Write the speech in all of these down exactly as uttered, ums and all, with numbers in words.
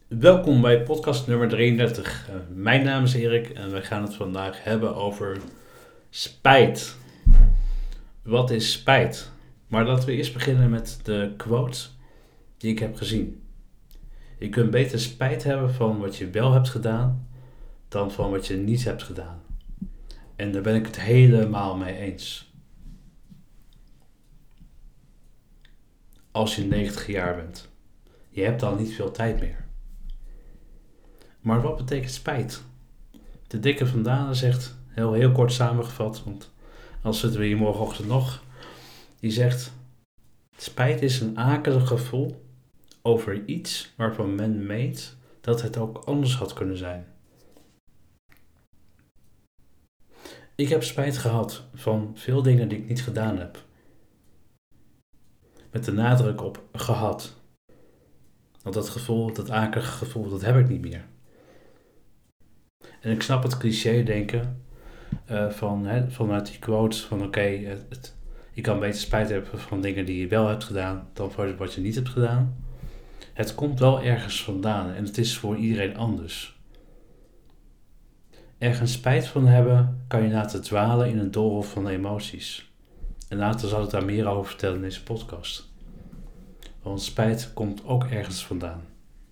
Welkom bij podcast nummer drieëndertig. Uh, mijn naam is Erik en wij gaan het vandaag hebben over spijt. Wat is spijt? Maar laten we eerst beginnen met de quote die ik heb gezien. Je kunt beter spijt hebben van wat je wel hebt gedaan dan van wat je niet hebt gedaan. En daar ben ik het helemaal mee eens. Als je negentig jaar bent. Je hebt dan niet veel tijd meer. Maar wat betekent spijt? De dikke Van Dalen zegt, heel, heel kort samengevat, want als zitten we hier morgenochtend nog, die zegt, spijt is een akelig gevoel over iets waarvan men meent dat het ook anders had kunnen zijn. Ik heb spijt gehad van veel dingen die ik niet gedaan heb. Met de nadruk op gehad. Want dat gevoel, dat akelige gevoel, dat heb ik niet meer. En ik snap het cliché denken uh, van, hè, vanuit die quote van oké, okay, het, het, je kan beter spijt hebben van dingen die je wel hebt gedaan dan van wat je niet hebt gedaan. Het komt wel ergens vandaan en het is voor iedereen anders. Ergens spijt van hebben kan je laten dwalen in een doolhof van emoties. En later zal ik daar meer over vertellen in deze podcast. Want spijt komt ook ergens vandaan.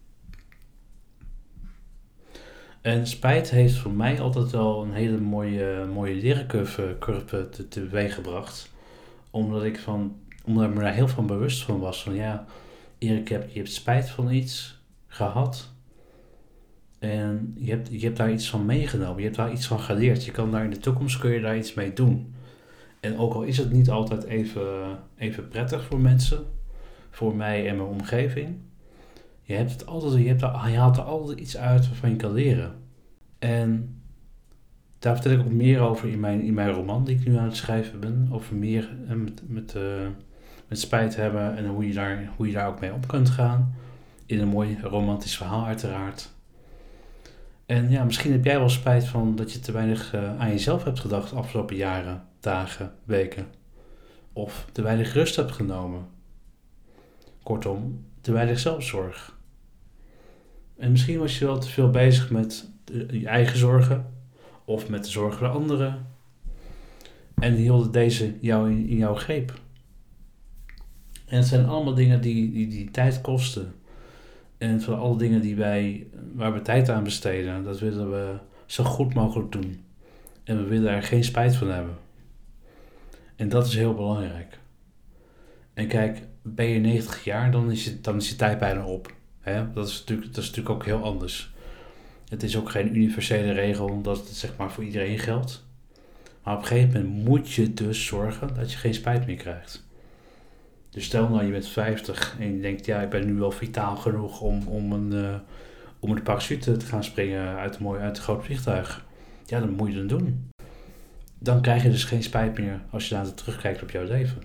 En spijt heeft voor mij altijd wel een hele mooie, mooie leercurve curve te, teweeg gebracht. Omdat ik, van, omdat ik me daar heel van bewust van was. Van ja, Erik, je hebt, je hebt spijt van iets gehad. En je hebt, je hebt daar iets van meegenomen. Je hebt daar iets van geleerd. Je kan daar in de toekomst kun je daar iets mee doen. En ook al is het niet altijd even, even prettig voor mensen. Voor mij en mijn omgeving. Je hebt het altijd, je, hebt er, je haalt er altijd iets uit waarvan je kan leren. En daar vertel ik ook meer over in mijn, in mijn roman die ik nu aan het schrijven ben. Over meer met, met, uh, met spijt hebben en hoe je, daar, hoe je daar ook mee om kunt gaan. In een mooi romantisch verhaal uiteraard. En ja, misschien heb jij wel spijt van dat je te weinig uh, aan jezelf hebt gedacht de afgelopen jaren, dagen, weken. Of te weinig rust hebt genomen. Kortom, te weinig zelfzorg. En misschien was je wel te veel bezig met de, je eigen zorgen. Of met de zorgen van anderen. En hielden deze jou in, in jouw greep. En het zijn allemaal dingen die, die, die tijd kosten. En van alle dingen die wij, waar we tijd aan besteden, dat willen we zo goed mogelijk doen. En we willen er geen spijt van hebben. En dat is heel belangrijk. En kijk, ben je negentig jaar, dan is je, dan is je tijd bijna op. He, dat, is natuurlijk, dat is natuurlijk ook heel anders. Het is ook geen universele regel dat het zeg maar voor iedereen geldt. Maar op een gegeven moment moet je dus zorgen dat je geen spijt meer krijgt. Dus stel nou je bent vijftig en je denkt, ja, ik ben nu wel vitaal genoeg om, om, een, uh, om een parachute te gaan springen uit een mooi, uit een groot vliegtuig. Ja, dan moet je dat doen. Dan krijg je dus geen spijt meer als je later terugkijkt op jouw leven.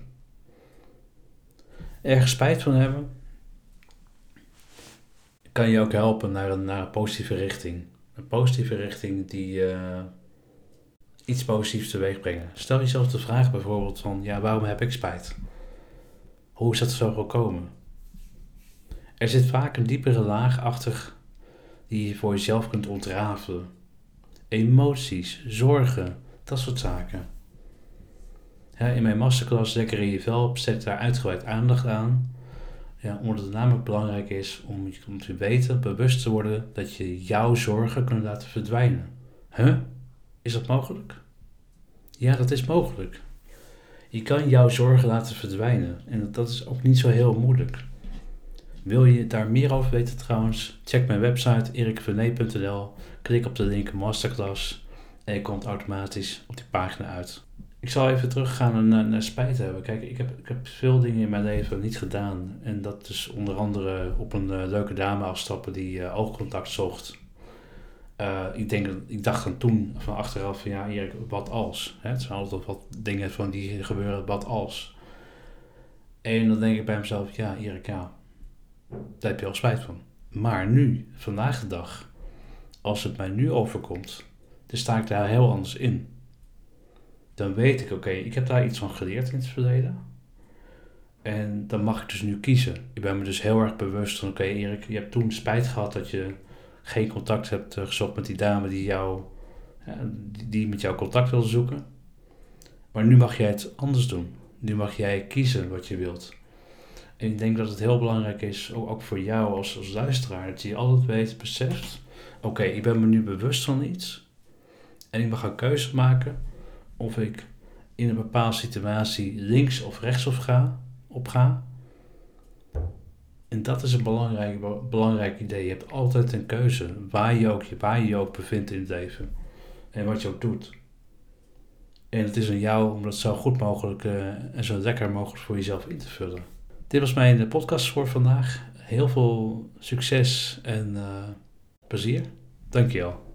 Ergens spijt van hebben kan je ook helpen naar een, naar een positieve richting. Een positieve richting die uh, iets positiefs teweeg brengen. Stel jezelf de vraag bijvoorbeeld van, ja, waarom heb ik spijt? Hoe is dat zo gekomen? Er zit vaak een diepere laag achter die je voor jezelf kunt ontrafelen. Emoties, zorgen, dat soort zaken. Ja, in mijn masterclass Lekker in je vel besteed ik daar uitgebreid aandacht aan. Ja, omdat het namelijk belangrijk is om, om te weten, bewust te worden dat je jouw zorgen kunt laten verdwijnen. Huh? Is dat mogelijk? Ja, dat is mogelijk. Je kan jouw zorgen laten verdwijnen en dat is ook niet zo heel moeilijk. Wil je daar meer over weten trouwens? Check mijn website erik vernet punt n l, klik op de link masterclass en je komt automatisch op die pagina uit. Ik zal even teruggaan naar, naar spijt hebben. Kijk, ik heb, ik heb veel dingen in mijn leven niet gedaan. En dat is onder andere op een uh, leuke dame afstappen die uh, oogcontact zocht. Uh, ik, denk, ik dacht dan toen van achteraf van ja, Erik, wat als? Hè? Het zijn altijd wat dingen van die gebeuren, wat als? En dan denk ik bij mezelf, ja Erik, ja, daar heb je al spijt van. Maar nu, vandaag de dag, als het mij nu overkomt, dan sta ik daar heel anders in. Dan weet ik, oké, okay, ik heb daar iets van geleerd in het verleden. En dan mag ik dus nu kiezen. Ik ben me dus heel erg bewust van, oké okay, Erik, je hebt toen spijt gehad dat je geen contact hebt gezocht met die dame die, jou, ja, die, die met jou contact wilde zoeken. Maar nu mag jij het anders doen. Nu mag jij kiezen wat je wilt. En ik denk dat het heel belangrijk is, ook, ook voor jou als, als luisteraar, dat je altijd weet, beseft, oké, okay, ik ben me nu bewust van iets en ik mag een keuze maken of ik in een bepaalde situatie links of rechts op ga. Op ga. En dat is een belangrijk, belangrijk idee. Je hebt altijd een keuze, waar je, ook, waar je je ook bevindt in het leven en wat je ook doet. En het is aan jou om dat zo goed mogelijk uh, en zo lekker mogelijk voor jezelf in te vullen. Dit was mijn podcast voor vandaag. Heel veel succes en uh, plezier. Dankjewel.